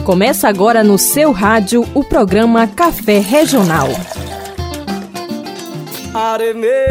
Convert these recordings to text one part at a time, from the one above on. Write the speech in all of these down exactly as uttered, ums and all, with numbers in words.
Começa agora no seu rádio o programa Café Regional. Aremê,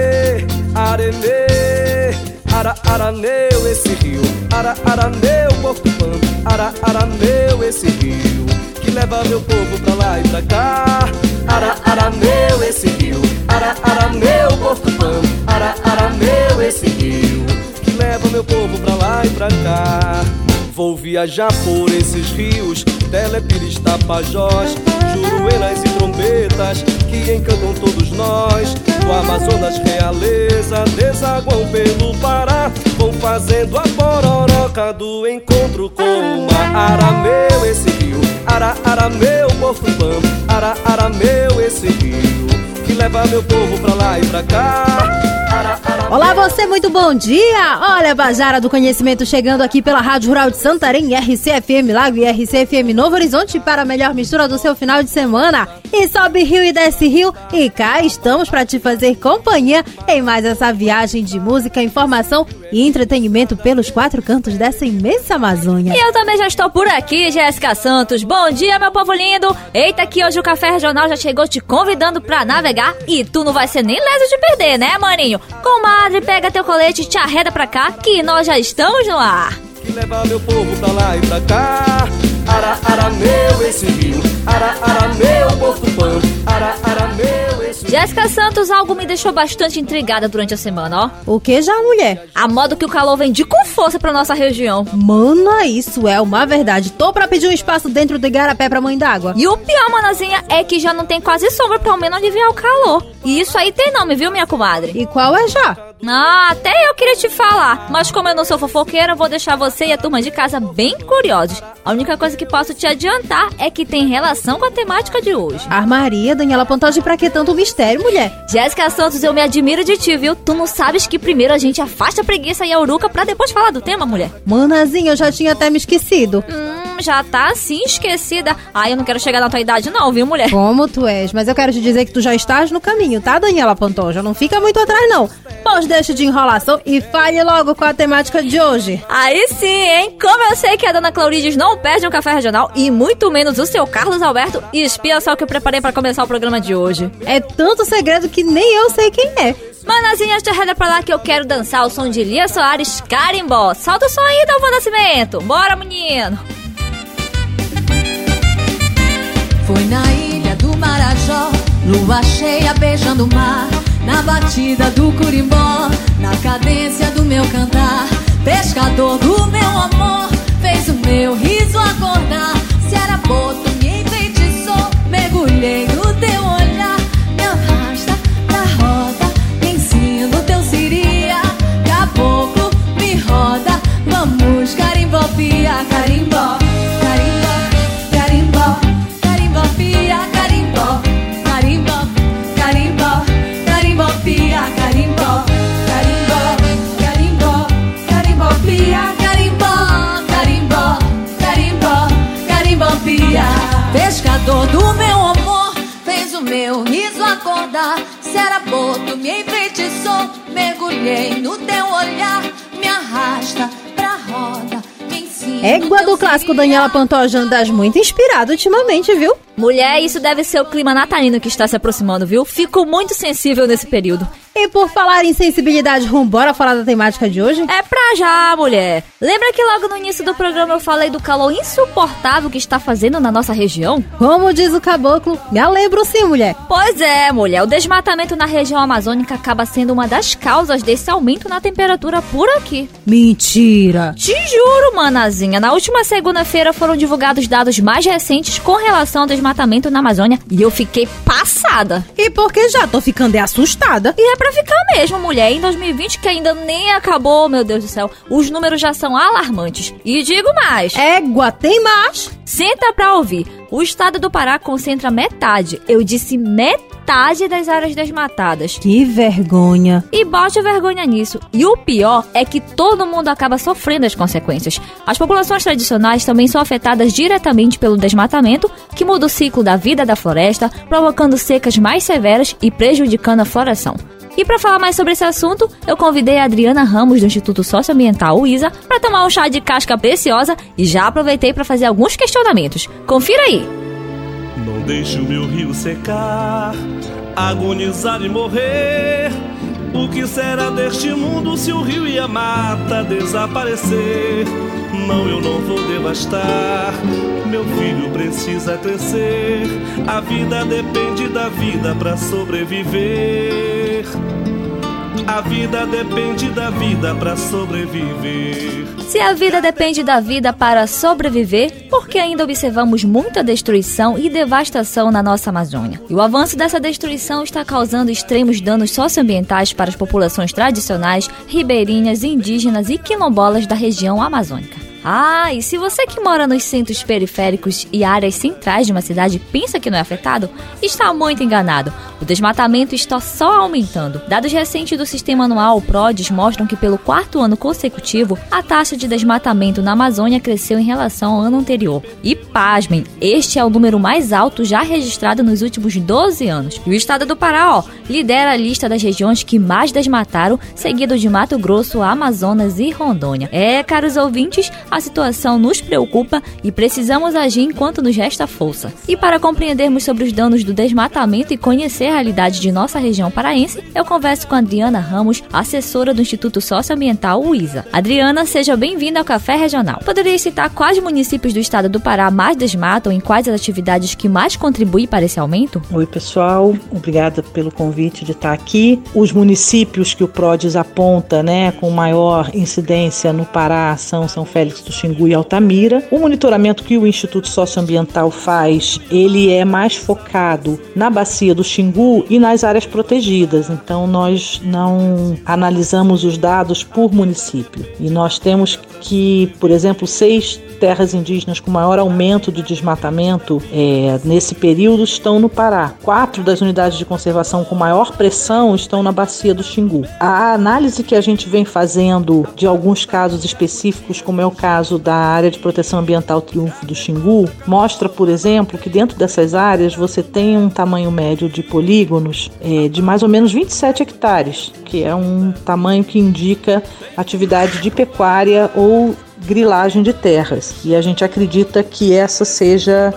aremê, ara, araneu esse rio, ara, araneu Porto Pano, ara, araneu esse rio, que leva meu povo pra lá e pra cá. Ara, araneu esse rio, ara, araneu Porto Pano, ara, araneu esse rio, que leva meu povo pra lá e pra cá. Vou viajar por esses rios, Telepires, Tapajós, Juruenas e trombetas que encantam todos nós. Do Amazonas, Realeza, desaguam pelo Pará, vão fazendo a pororoca do encontro com o mar. Arameu esse rio, ara, arameu Porto Pano, ara, arameu esse rio, que leva meu povo pra lá e pra cá. Ara, arameu. Olá você, muito bom dia! Olha a Bajara do Conhecimento chegando aqui pela Rádio Rural de Santarém, R C F M Lago e R C F M Novo Horizonte para a melhor mistura do seu final de semana. E sobe rio e desce rio, e cá estamos para te fazer companhia em mais essa viagem de música, informação e entretenimento pelos quatro cantos dessa imensa Amazônia. E eu também já estou por aqui, Jéssica Santos. Bom dia, meu povo lindo! Eita, que hoje o Café Regional já chegou te convidando para navegar e tu não vai ser nem leso de perder, né, maninho? Comadre, pega teu colete e te arreda pra cá, que nós já estamos no ar. Que leva meu povo pra lá e pra cá. Ara, arameu esse rio, ara, arameu Porto Pano, ara, arameu esse rio. Jéssica Santos, algo me deixou bastante intrigada durante a semana, ó. O que já, mulher? A modo que o calor vem de com força pra nossa região. Mana, isso é uma verdade. Tô pra pedir um espaço dentro do igarapé pra mãe d'água. E o pior, manazinha, é que já não tem quase sombra pra ao menos aliviar o calor. E isso aí tem nome, viu, minha comadre? E qual é já? Ah, até eu queria te falar, mas como eu não sou fofoqueira, vou deixar você e a turma de casa bem curiosos. A única coisa que posso te adiantar é que tem relação com a temática de hoje. Armaria, Daniela Pantoja, pra que tanto mistério, mulher? Jéssica Santos, eu me admiro de ti, viu? Tu não sabes que primeiro a gente afasta a preguiça e a uruca pra depois falar do tema, mulher? Manazinha, eu já tinha até me esquecido. Hum, já tá assim esquecida. Ai, eu não quero chegar na tua idade não, viu, mulher? Como tu és, mas eu quero te dizer que tu já estás no caminho, tá, Daniela Pantoja? Não fica muito atrás, não. Pois deixa de enrolação e fale logo com a temática de hoje. Aí sim, hein? Como eu sei que a dona Claurides não perde um café regional e muito menos o seu Carlos Alberto, espia só o que eu preparei pra começar o programa de hoje. É tanto segredo que nem eu sei quem é. Manazinha, te arreda pra lá que eu quero dançar o som de Lia Soares, Carimbó. Solta o som aí, Dalvan Nascimento. Bora, menino! Foi na ilha do Marajó, lua cheia beijando o mar, na batida do curimbó, na cadência do meu cantar. Pescador do meu amor, fez o meu riso acordar. Se era boto, me enfeitiçou, mergulhei no teu olhar. Me arrasta pra roda, me ensina o teu siria. Caboclo, me roda, vamos carimbó, pia, carimbó. Pescador do meu amor, fez o meu riso acordar. Se era boto, me enfeitiçou, mergulhei no teu olhar. Me arrasta pra roda, me ensina. Égua do clássico Daniela Pantoja, andas muito inspirado ultimamente, viu? Mulher, isso deve ser o clima natalino que está se aproximando, viu? Fico muito sensível nesse período. E por falar em sensibilidade, rumo, bora falar da temática de hoje? É pra já, mulher. Lembra que logo no início do programa eu falei do calor insuportável que está fazendo na nossa região? Como diz o caboclo, me lembro sim, mulher. Pois é, mulher. O desmatamento na região amazônica acaba sendo uma das causas desse aumento na temperatura por aqui. Mentira! Te juro, manazinha. Na última segunda-feira foram divulgados dados mais recentes com relação ao desmatamento na Amazônia e eu fiquei passada. E porque já tô ficando assustada. E é pra ficar mesmo, mulher. Em dois mil e vinte, que ainda nem acabou, meu Deus do céu, os números já são alarmantes. E digo mais. Égua, tem mais? Senta pra ouvir. O estado do Pará concentra metade, eu disse metade das áreas desmatadas. Que vergonha. E bote vergonha nisso. E o pior é que todo mundo acaba sofrendo as consequências. As populações tradicionais também são afetadas diretamente pelo desmatamento, que muda o ciclo da vida da floresta, provocando secas mais severas e prejudicando a floração. E para falar mais sobre esse assunto, eu convidei a Adriana Ramos, do Instituto Socioambiental U I S A, para tomar um chá de casca preciosa e já aproveitei para fazer alguns questionamentos. Confira aí! Não deixe o meu rio secar, agonizar e morrer. O que será deste mundo se o rio e a mata desaparecer? Não, eu não vou devastar. Meu filho precisa crescer. A vida depende da vida para sobreviver. A vida depende da vida para sobreviver. Se a vida depende da vida para sobreviver, por que ainda observamos muita destruição e devastação na nossa Amazônia? E o avanço dessa destruição está causando extremos danos socioambientais para as populações tradicionais, ribeirinhas, indígenas e quilombolas da região amazônica. Ah, e se você que mora nos centros periféricos e áreas centrais de uma cidade pensa que não é afetado, está muito enganado. O desmatamento está só aumentando. Dados recentes do Sistema Anual PRODES mostram que pelo quarto ano consecutivo, a taxa de desmatamento na Amazônia cresceu em relação ao ano anterior. E pasmem, este é o número mais alto já registrado nos últimos doze anos. E o estado do Pará, ó, lidera a lista das regiões que mais desmataram, seguido de Mato Grosso, Amazonas e Rondônia. É, caros ouvintes, a situação nos preocupa e precisamos agir enquanto nos resta força. E para compreendermos sobre os danos do desmatamento e conhecer a realidade de nossa região paraense, eu converso com a Adriana Ramos, assessora do Instituto Socioambiental U I S A. Adriana, seja bem-vinda ao Café Regional. Poderia citar quais municípios do estado do Pará mais desmatam e quais as atividades que mais contribuem para esse aumento? Oi, pessoal. Obrigada pelo convite de estar aqui. Os municípios que o PRODES aponta, né, com maior incidência no Pará são São Félix do Xingu e Altamira. O monitoramento que o Instituto Socioambiental faz, ele é mais focado na bacia do Xingu e nas áreas protegidas. Então, nós não analisamos os dados por município. E nós temos que, por exemplo, seis terras indígenas com maior aumento de desmatamento é, nesse período estão no Pará. Quatro das unidades de conservação com maior pressão estão na bacia do Xingu. A análise que a gente vem fazendo de alguns casos específicos, como é o caso da área de proteção ambiental Triunfo do Xingu, mostra, por exemplo, que dentro dessas áreas você tem um tamanho médio de polígonos é, de mais ou menos vinte e sete hectares, que é um tamanho que indica atividade de pecuária ou grilagem de terras. E a gente acredita que essa seja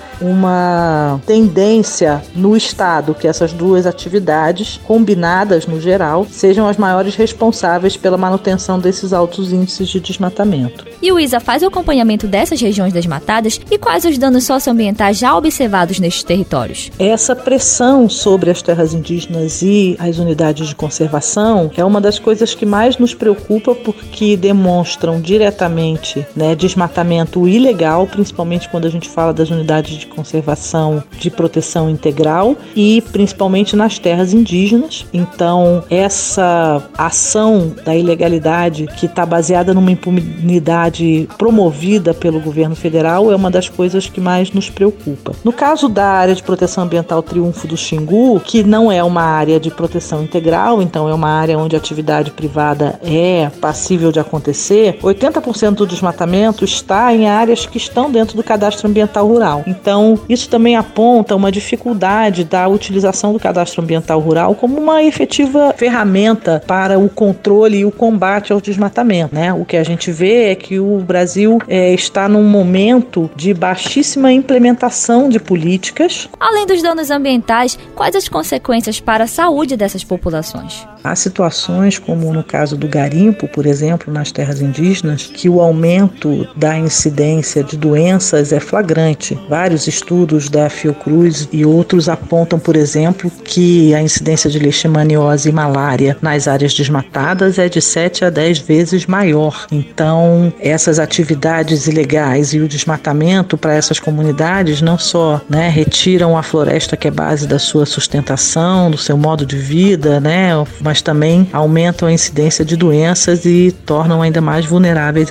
uma tendência no estado, que essas duas atividades, combinadas no geral, sejam as maiores responsáveis pela manutenção desses altos índices de desmatamento. E o I S A faz o acompanhamento dessas regiões desmatadas e quais os danos socioambientais já observados nestes territórios? Essa pressão sobre as terras indígenas e as unidades de conservação é uma das coisas que mais nos preocupa, porque demonstram diretamente, né, desmatamento ilegal, principalmente quando a gente fala das unidades de conservação de proteção integral e principalmente nas terras indígenas. Então, essa ação da ilegalidade, que está baseada numa impunidade promovida pelo governo federal, é uma das coisas que mais nos preocupa. No caso da área de proteção ambiental Triunfo do Xingu, que não é uma área de proteção integral, então é uma área onde a atividade privada é passível de acontecer, oitenta por cento do desmatamento está em áreas que estão dentro do cadastro ambiental rural. Então, isso também aponta uma dificuldade da utilização do cadastro ambiental rural como uma efetiva ferramenta para o controle e o combate ao desmatamento, né? O que a gente vê é que o Brasil é, está num momento de baixíssima implementação de políticas. Além dos danos ambientais, quais as consequências para a saúde dessas populações? Há situações, como no caso do garimpo, por exemplo, nas terras indígenas, que o aumento da incidência de doenças é flagrante. Vários estudos da Fiocruz e outros apontam, por exemplo, que a incidência de leishmaniose e malária nas áreas desmatadas é de sete a dez vezes maior. Então, essas atividades ilegais e o desmatamento para essas comunidades não só, né, retiram a floresta, que é base da sua sustentação, do seu modo de vida, né, mas também aumentam a incidência de doenças e tornam ainda mais vulneráveis essas comunidades.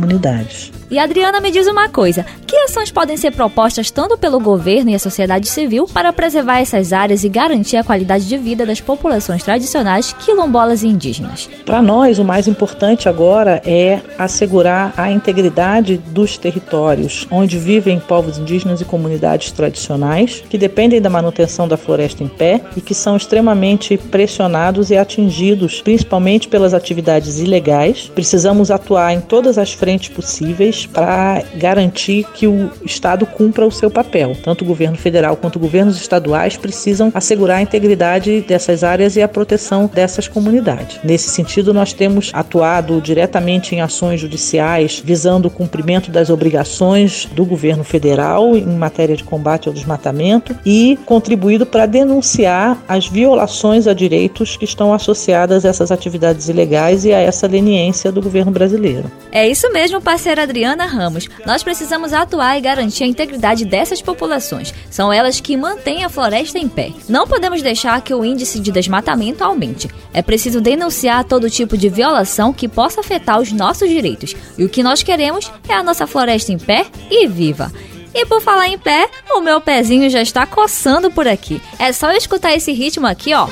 comunidades. E Adriana, me diz uma coisa, que ações podem ser propostas tanto pelo governo e a sociedade civil para preservar essas áreas e garantir a qualidade de vida das populações tradicionais quilombolas e indígenas? Para nós, o mais importante agora é assegurar a integridade dos territórios onde vivem povos indígenas e comunidades tradicionais, que dependem da manutenção da floresta em pé e que são extremamente pressionados e atingidos, principalmente pelas atividades ilegais. Precisamos atuar em todas as frentes possíveis para garantir que o Estado cumpra o seu papel. Tanto o governo federal quanto governos estaduais precisam assegurar a integridade dessas áreas e a proteção dessas comunidades. Nesse sentido, nós temos atuado diretamente em ações judiciais visando o cumprimento das obrigações do governo federal em matéria de combate ao desmatamento e contribuído para denunciar as violações a direitos que estão associadas a essas atividades ilegais e a essa leniência do governo brasileiro. É isso mesmo, parceira Adriana Ramos. Nós precisamos atuar e garantir a integridade dessas populações. São elas que mantêm a floresta em pé. Não podemos deixar que o índice de desmatamento aumente. É preciso denunciar todo tipo de violação que possa afetar os nossos direitos. E o que nós queremos é a nossa floresta em pé e viva. E por falar em pé, o meu pezinho já está coçando por aqui. É só eu escutar esse ritmo aqui, ó,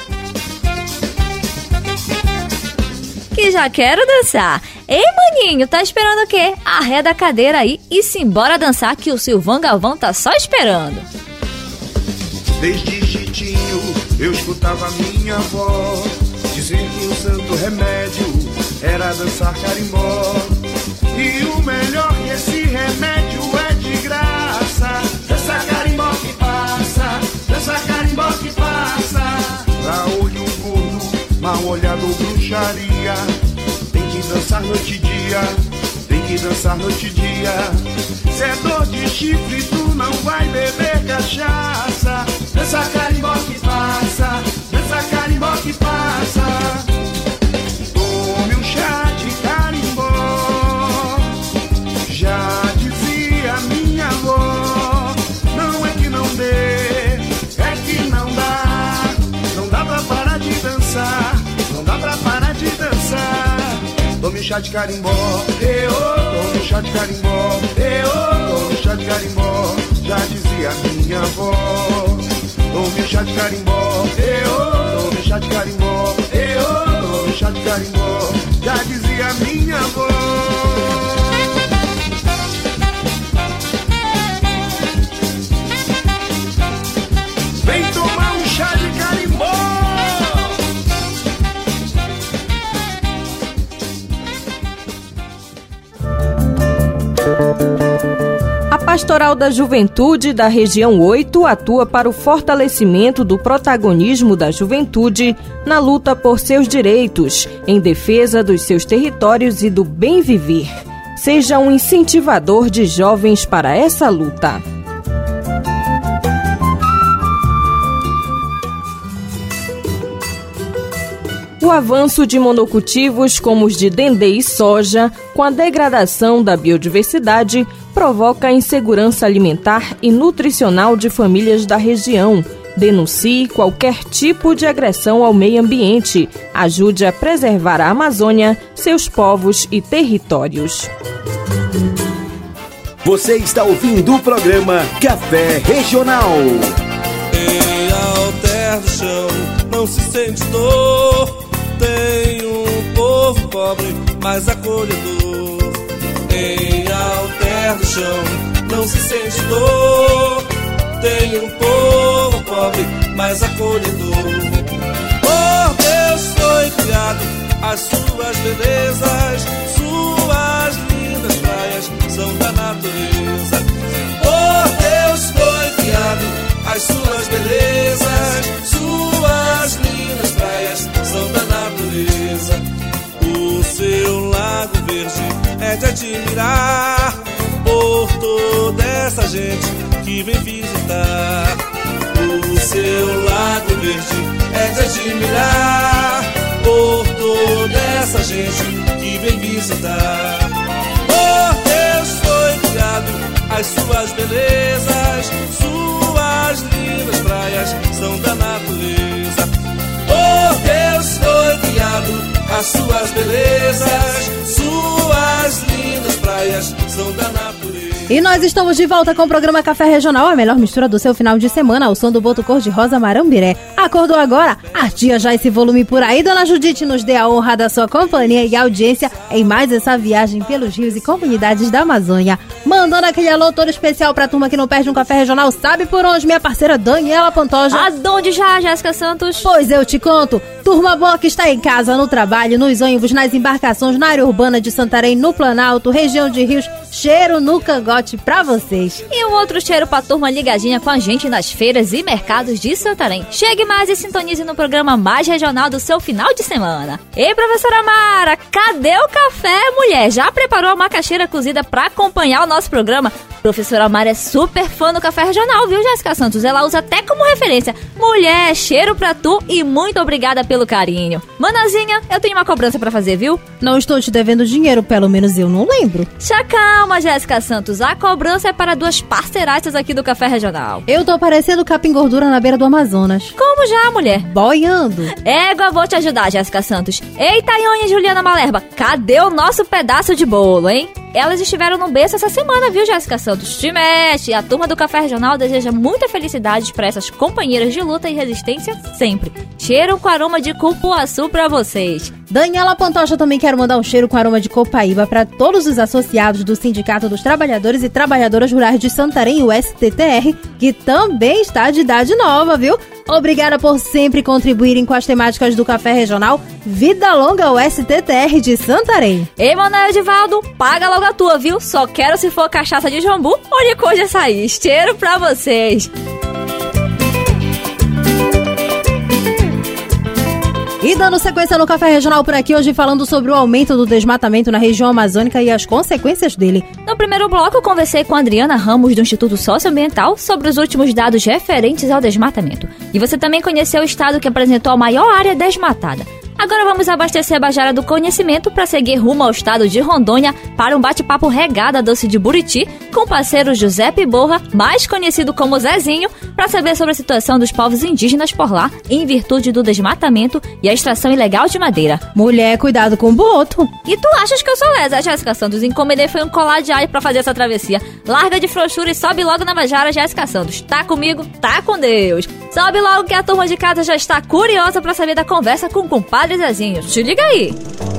que já quero dançar. Ei, maninho, tá esperando o quê? Arreda a cadeira aí e simbora dançar que o Silvão Galvão tá só esperando. Desde chitinho eu escutava minha avó dizer que o santo remédio era dançar carimbó. E o melhor que esse remédio é de graça. Dança carimbó que passa, dança carimbó que passa. Pra olho gordo, mal olhado, bruxaria. Tem que dançar noite e dia, tem que dançar noite e dia. Se é dor de chifre, tu não vai beber cachaça. Dança carimbó que passa, dança carimbó que passa. Tome um chá de carimbó, já dizia minha avó. Não é que não dê, é que não dá. Não dá pra parar de dançar, não dá pra parar de dançar. Tome um chá de carimbó, eu, tome um chá de carimbó, eu, tome um chá de carimbó, já dizia minha avó. Tome um chá de carimbó, eu, tome um chá de carimbó, eu, tome um chá de carimbó, já dizia minha avó. Vem tomar um chá de carimbó. A Pastoral da Juventude da Região oito atua para o fortalecimento do protagonismo da juventude na luta por seus direitos, em defesa dos seus territórios e do bem viver. Seja um incentivador de jovens para essa luta. O avanço de monocultivos como os de dendê e soja, com a degradação da biodiversidade, provoca insegurança alimentar e nutricional de famílias da região. Denuncie qualquer tipo de agressão ao meio ambiente. Ajude a preservar a Amazônia, seus povos e territórios. Você está ouvindo o programa Café Regional. Em alter do chão não se sente dor. Tem um povo pobre, mas acolhedor. Em alter do chão não se sente dor. Tem um povo pobre, mas acolhedor. Por Deus foi criado as suas belezas, suas lindas praias são da natureza. Por Deus foi criado as suas belezas, suas lindas praias são da natureza. O seu lago verde é de admirar por toda essa gente que vem visitar. O seu lago verde é de admirar por toda essa gente que vem visitar. Por Deus foi criado as suas belezas, suas lindas praias são da natureza. Por Deus foi criado as suas belezas, suas lindas praias razão da natureza. E nós estamos de volta com o programa Café Regional, a melhor mistura do seu final de semana, ao som do boto cor-de-rosa Marambiré. Acordou agora? Artia já esse volume por aí. Dona Judite nos dê a honra da sua companhia e audiência em mais essa viagem pelos rios e comunidades da Amazônia. Mandando aquele alô todo especial pra turma que não perde um Café Regional. Sabe por onde, minha parceira Daniela Pantoja? Aonde já, Jéssica Santos? Pois eu te conto. Turma boa que está em casa, no trabalho, nos ônibus, nas embarcações, na área urbana de Santarém, no Planalto, região de Rios. Cheiro no cangote pra vocês. E um outro cheiro pra turma ligadinha com a gente nas feiras e mercados de Santarém. Chegue mais e sintonize no programa mais regional do seu final de semana. Ei, professora Mara, cadê o café, mulher? Já preparou a macaxeira cozida pra acompanhar o nosso programa? Professora Mara é super fã do Café Regional, viu, Jéssica Santos? Ela usa até como referência. Mulher, cheiro pra tu e muito obrigada pelo carinho. Manazinha, eu tenho uma cobrança pra fazer, viu? Não estou te devendo dinheiro, pelo menos eu não lembro. Já calma, Jéssica Santos. A cobrança é para duas parceiraças aqui do Café Regional. Eu tô parecendo capim gordura na beira do Amazonas. Como já, mulher? Boiando. Égua, vou te ajudar, Jéssica Santos. Eita, Ione e Juliana Malerba, cadê o nosso pedaço de bolo, hein? Elas estiveram no berço essa semana, viu, Jéssica Santos? Te mexe! A turma do Café Regional deseja muita felicidade para essas companheiras de luta e resistência sempre. Cheiro com aroma de cupuaçu pra vocês. Daniela Pantoja também quer mandar um cheiro com aroma de copaíba para todos os associados do Sindicato dos Trabalhadores e Trabalhadoras Rurais de Santarém, o S T T R, que também está de idade nova, viu? Obrigada por sempre contribuírem com as temáticas do Café Regional. Vida longa ao S T T R de Santarém. Ei, Manuel Edivaldo, paga logo a tua, viu? Só quero se for cachaça de jambu ou de cor de açaí. Cheiro pra vocês. E dando sequência no Café Regional por aqui, hoje falando sobre o aumento do desmatamento na região amazônica e as consequências dele. No primeiro bloco, eu conversei com a Adriana Ramos, do Instituto Socioambiental, sobre os últimos dados referentes ao desmatamento. E você também conheceu o estado que apresentou a maior área desmatada. Agora vamos abastecer a Bajara do conhecimento para seguir rumo ao estado de Rondônia para um bate-papo regado a doce de Buriti com o parceiro Giuseppe Borra, mais conhecido como Zezinho, para saber sobre a situação dos povos indígenas por lá em virtude do desmatamento e a extração ilegal de madeira. Mulher, cuidado com o boto. E tu achas que eu sou lesa, Jéssica Santos? Encomendei foi um colar de alho para fazer essa travessia. Larga de frouxura e sobe logo na Bajara, Jéssica Santos. Tá comigo? Tá com Deus. Sobe logo que a turma de casa já está curiosa para saber da conversa com o compadre Zezinho. Te liga aí.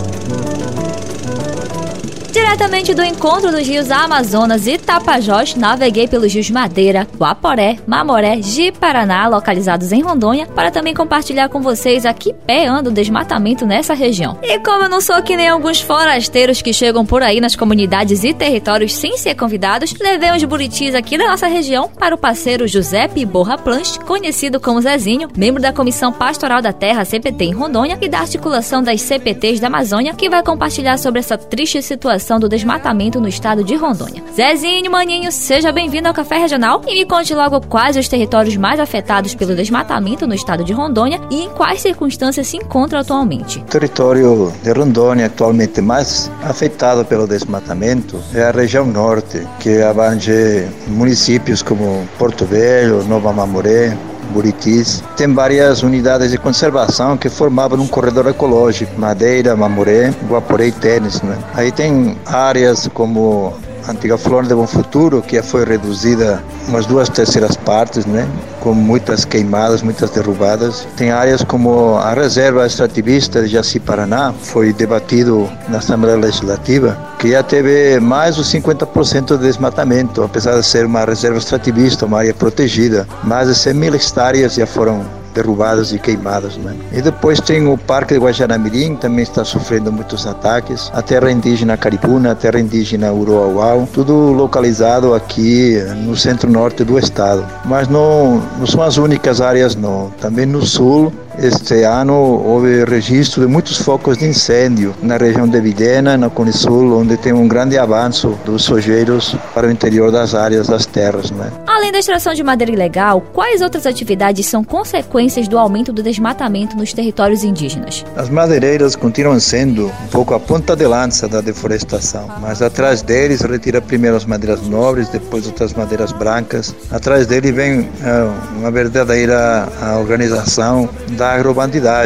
Diretamente do encontro dos rios Amazonas e Tapajós, naveguei pelos rios Madeira, Guaporé, Mamoré, Ji-Paraná, localizados em Rondônia, para também compartilhar com vocês a que pé anda o desmatamento nessa região. E como eu não sou que nem alguns forasteiros que chegam por aí nas comunidades e territórios sem ser convidados, levei uns buritis aqui da nossa região para o parceiro Giuseppe Borra Planche, conhecido como Zezinho, membro da Comissão Pastoral da Terra C P T em Rondônia e da articulação das C P Ts da Amazônia, que vai compartilhar sobre essa triste situação do desmatamento no estado de Rondônia. Zezinho, maninho, seja bem-vindo ao Café Regional e me conte logo quais os territórios mais afetados pelo desmatamento no estado de Rondônia e em quais circunstâncias se encontra atualmente. O território de Rondônia atualmente mais afetado pelo desmatamento é a região norte, que abrange municípios como Porto Velho, Nova Mamoré, Buritis. Tem várias unidades de conservação que formavam um corredor ecológico, Madeira, Mamoré, Guaporé e Tênis, né? Aí tem áreas como a antiga Flor de Bom Futuro, que foi reduzida umas duas terceiras partes, né? Com muitas queimadas, muitas derrubadas. Tem áreas como a reserva extrativista de Jaci-Paraná, foi debatido na Assembleia Legislativa, que já teve mais de cinquenta por cento de desmatamento, apesar de ser uma reserva extrativista, uma área protegida. Mais de cem mil hectares já foram derrubadas e queimadas, né? E depois tem o Parque de Guajará-Mirim, também está sofrendo muitos ataques. A terra indígena Caripuna, a terra indígena Uruauau, tudo localizado aqui no centro-norte do estado. Mas não, não são as únicas áreas, não. Também no sul, este ano houve registro de muitos focos de incêndio na região de Videna, na Cone Sul, onde tem um grande avanço dos sojeiros para o interior das áreas das terras, né? Além da extração de madeira ilegal, quais outras atividades são consequências do aumento do desmatamento nos territórios indígenas? As madeireiras continuam sendo um pouco a ponta de lança da deforestação, mas atrás deles retira primeiro as madeiras nobres, depois outras madeiras brancas. Atrás dele vem é, uma verdadeira organização da agrobandidagem,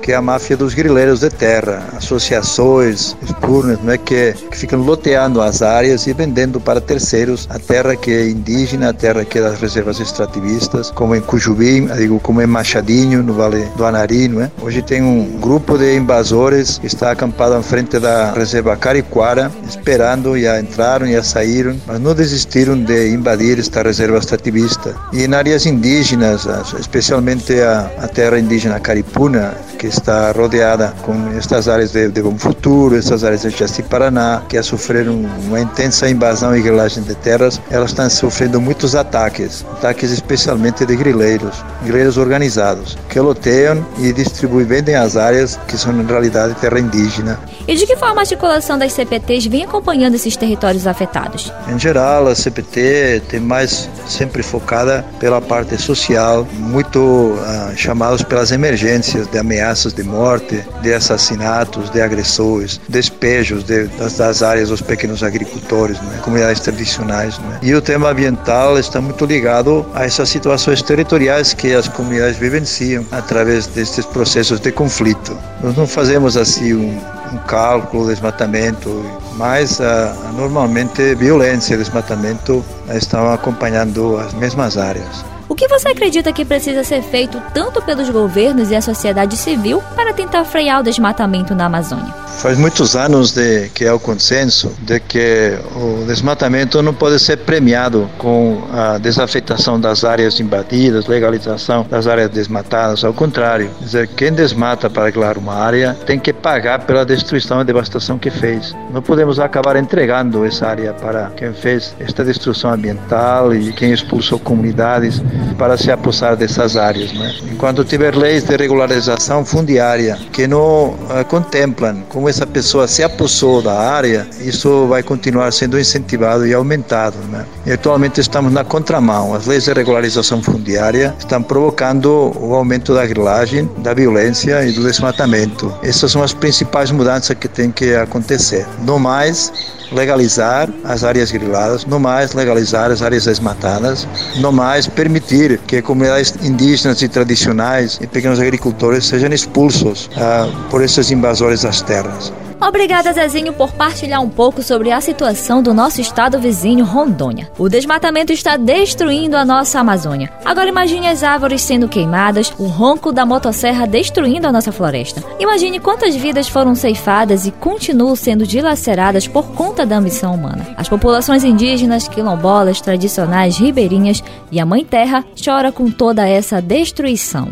que é a máfia dos grileiros de terra, associações, espurnas, né, que, que ficam loteando as áreas e vendendo para terceiros a terra que é indígena, a terra que é das reservas extrativistas, como em Cujubim, digo, como em Machadinho, no Vale do Anari, não é? Hoje tem um grupo de invasores que está acampado à frente da reserva Cariquara, esperando, já entraram, já saíram, mas não desistiram de invadir esta reserva extrativista. E em áreas indígenas, especialmente a, a terra indígena Caripuna, que está rodeada com estas áreas de, de Bom Futuro, estas áreas de Jaci-Paraná, que sofreram uma intensa invasão e grilagem de terras, elas estão sofrendo muitos ataques, ataques especialmente de grileiros, grileiros organizados, que loteiam e distribuem, vendem as áreas que são em realidade terra indígena. E de que forma a articulação das C P Ts vem acompanhando esses territórios afetados? Em geral, a C P T tem mais sempre focada pela parte social, muito uh, chamados pelas emergências de ameaças de morte, de assassinatos, de agressões, despejos de, das, das áreas dos pequenos agricultores, né, comunidades tradicionais. Né. E o tema ambiental está muito ligado a essas situações territoriais que as comunidades vivenciam através destes processos de conflito. Nós não fazemos assim um um cálculo, desmatamento, mas ah, normalmente violência e desmatamento estão acompanhando as mesmas áreas. O que você acredita que precisa ser feito tanto pelos governos e a sociedade civil para tentar frear o desmatamento na Amazônia? Faz muitos anos de, que é o consenso de que o desmatamento não pode ser premiado com a desafetação das áreas invadidas, legalização das áreas desmatadas. Ao contrário, quer dizer, quem desmata para regular uma área tem que pagar pela destruição e devastação que fez. Não podemos acabar entregando essa área para quem fez esta destruição ambiental e quem expulsou comunidades para se apossar dessas áreas. Né? Enquanto tiver leis de regularização fundiária que não uh, contemplam como essa pessoa se apossou da área, isso vai continuar sendo incentivado e aumentado. Né? E atualmente estamos na contramão. As leis de regularização fundiária estão provocando o aumento da grilagem, da violência e do desmatamento. Essas são as principais mudanças que têm que acontecer. Não mais legalizar as áreas griladas, não mais legalizar as áreas desmatadas, não mais permitir que comunidades indígenas e tradicionais e pequenos agricultores sejam expulsos ah, por esses invasores das terras. Obrigada, Zezinho, por partilhar um pouco sobre a situação do nosso estado vizinho, Rondônia. O desmatamento está destruindo a nossa Amazônia. Agora imagine as árvores sendo queimadas, o ronco da motosserra destruindo a nossa floresta. Imagine quantas vidas foram ceifadas e continuam sendo dilaceradas por conta da ambição humana. As populações indígenas, quilombolas, tradicionais, ribeirinhas e a Mãe Terra chora com toda essa destruição.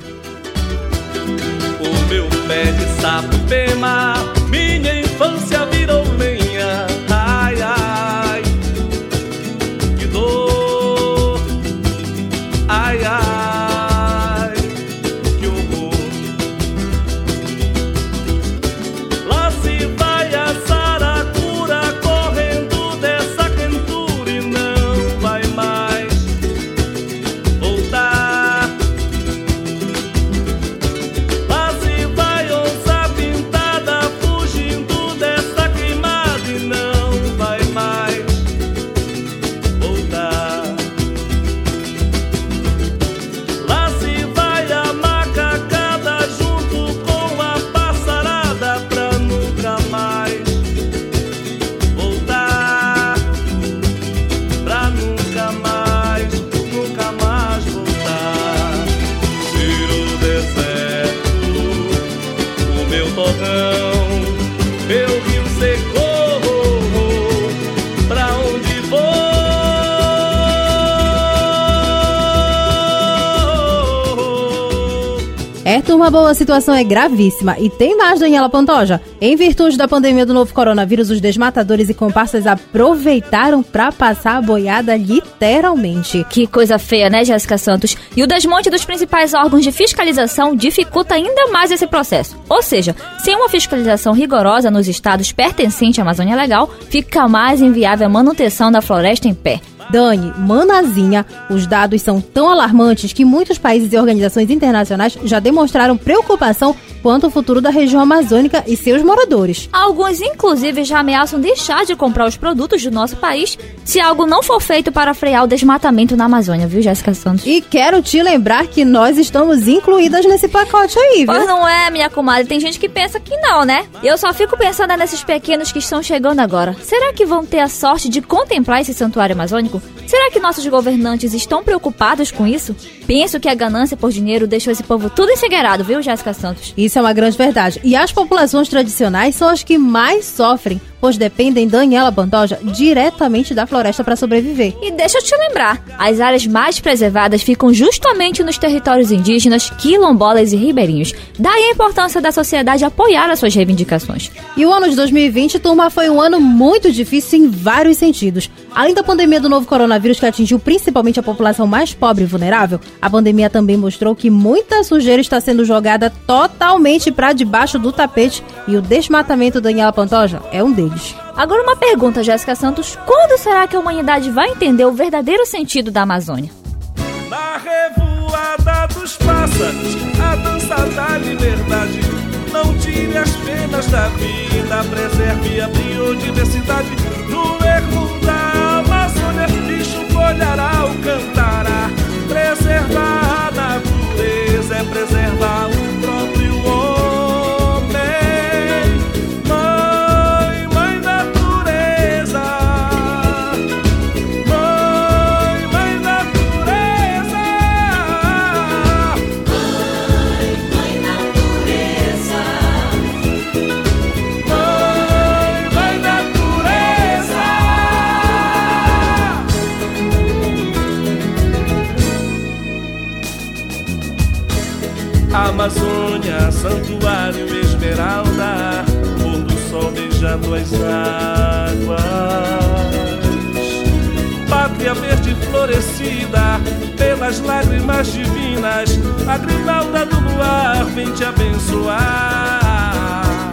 O meu pé de Sapema, minha infância virou lenha. Ai, ai, que dor. Ai, ai, que horror. Lá se vai a saracura correndo dessa quentura e não vai mais voltar. Lá se vai onça pintada fugindo dessa queimada e não vai mais voltar. Lá se vai a macacada junto com a passarada pra nunca mais voltar. Pra nunca mais, nunca mais voltar. Ver o deserto, o meu torrão, meu rio secou, pra onde vou? É, turma boa, a situação é gravíssima. E tem mais, Daniela Pantoja. Em virtude da pandemia do novo coronavírus, os desmatadores e comparsas aproveitaram pra passar a boiada literalmente. Que coisa feia, né, Jéssica Santos? E o desmonte dos principais órgãos de fiscalização dificulta ainda mais esse processo. Ou seja, sem uma fiscalização rigorosa nos estados pertencentes à Amazônia Legal, fica mais inviável a manutenção da floresta em pé. Dani, Manazinha, os dados são tão alarmantes que muitos países e organizações internacionais já demonstraram preocupação quanto ao futuro da região amazônica e seus moradores. Alguns, inclusive, já ameaçam deixar de comprar os produtos do nosso país se algo não for feito para frear o desmatamento na Amazônia, viu, Jéssica Santos? E quero te lembrar que nós estamos incluídas nesse pacote aí, viu? Pois não é, minha comadre. Tem gente que pensa que não, né? Eu só fico pensando nesses pequenos que estão chegando agora. Será que vão ter a sorte de contemplar esse santuário amazônico? Será que nossos governantes estão preocupados com isso? Penso que a ganância por dinheiro deixou esse povo tudo encegueirado, viu, Jéssica Santos? Isso é uma grande verdade. E as populações tradicionais são as que mais sofrem, pois dependem, Daniela Pantoja, diretamente da floresta para sobreviver. E deixa eu te lembrar, as áreas mais preservadas ficam justamente nos territórios indígenas, quilombolas e ribeirinhos. Daí a importância da sociedade apoiar as suas reivindicações. E o ano de dois mil e vinte, turma, foi um ano muito difícil em vários sentidos. Além da pandemia do novo coronavírus que atingiu principalmente a população mais pobre e vulnerável, a pandemia também mostrou que muita sujeira está sendo jogada totalmente para debaixo do tapete e o desmatamento, Daniela Pantoja, é um deles. Agora uma pergunta, Jéssica Santos. Quando será que a humanidade vai entender o verdadeiro sentido da Amazônia? Na revoada dos pássaros, a dança da liberdade. Não tire as penas da vida, preserve a biodiversidade. No ermo da Amazônia, bicho folhará ou cantará. Preservar a natureza é preservar o próprio homem. Amazônia, santuário, esmeralda, pôr do sol beijando as águas. Pátria verde florescida pelas lágrimas divinas, a grinalda do luar vem te abençoar.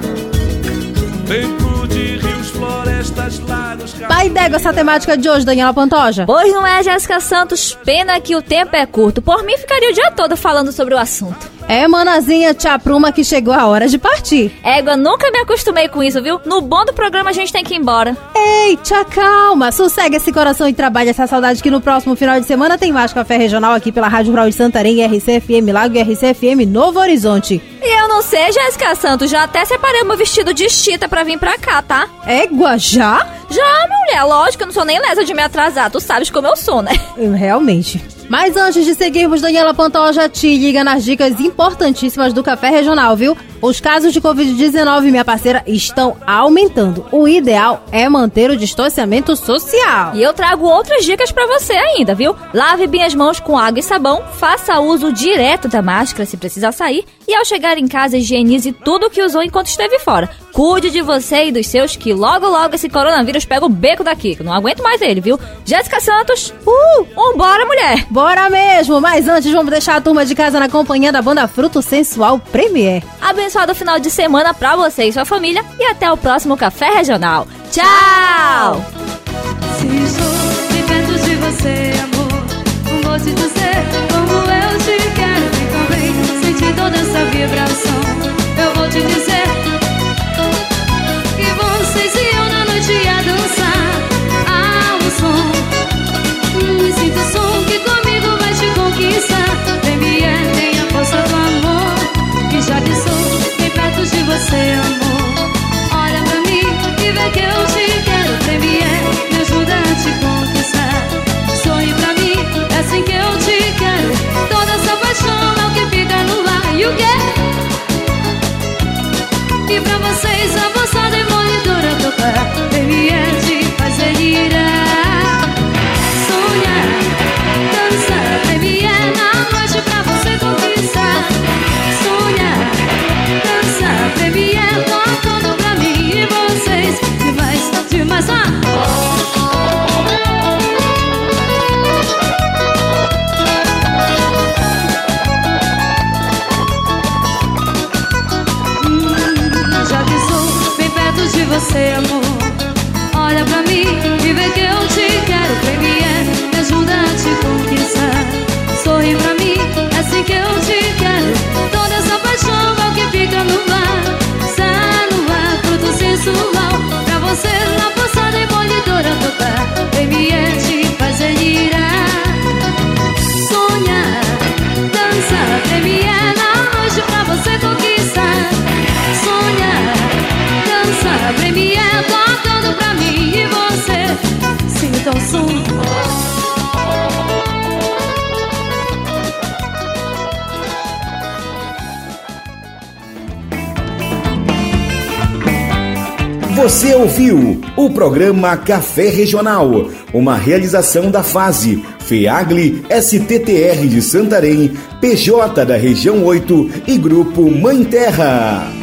Tempo de rios, florestas, lagos... Pai d'égua essa temática de hoje, Daniela Pantoja? Pois não é, Jéssica Santos. Pena que o tempo é curto. Por mim, ficaria o dia todo falando sobre o assunto. É, Manazinha, tia Pruma, que chegou a hora de partir. Égua, nunca me acostumei com isso, viu? No bom do programa a gente tem que ir embora. Ei, tia, calma. Sossega esse coração e trabalha essa saudade que no próximo final de semana tem mais Café Regional aqui pela Rádio Rural de Santarém, R C F M Lago e R C F M Novo Horizonte. E eu não sei, Jéssica Santos, já até separei o meu vestido de chita pra vir pra cá, tá? Égua, já? Já, mulher, lógico, eu não sou nem lesa de me atrasar, tu sabes como eu sou, né? Realmente. Mas antes de seguirmos, Daniela Pantoja, te liga nas dicas importantíssimas do Café Regional, viu? Os casos de covid dezenove, minha parceira, estão aumentando. O ideal é manter o distanciamento social. E eu trago outras dicas pra você ainda, viu? Lave bem as mãos com água e sabão, faça uso direto da máscara se precisar sair e ao chegar em casa higienize tudo que usou enquanto esteve fora. Cuide de você e dos seus que logo logo esse coronavírus pega o beco daqui, que não aguento mais ele, viu? Jéssica Santos, uh, vambora, mulher! Bora mesmo, mas antes vamos deixar a turma de casa na companhia da banda Fruto Sensual Premier. Abençoado final de semana pra você e sua família e até o próximo Café Regional. Tchau! Se estou bem perto de você, amor, vou te dizer como eu te quero. Vem também sentir toda essa vibração. Eu vou te dizer que vocês iam na noite a dançar ao som. Hum, sinta o som que comigo vai te conquistar. Premier, tem a força do amor que já te sou bem perto de você, amor. Olha pra mim e vê que eu te quero. Premier, me ajuda a te conquistar. Sonhe pra mim, é assim que eu te quero. Toda essa paixão é o que fica no ar. E o quê? E pra vocês a voz demolidora tocar. Premier, te Você ouviu o programa Café Regional, uma realização da FASE, FEAGLE, S T T R de Santarém, P J da Região oito e Grupo Mãe Terra.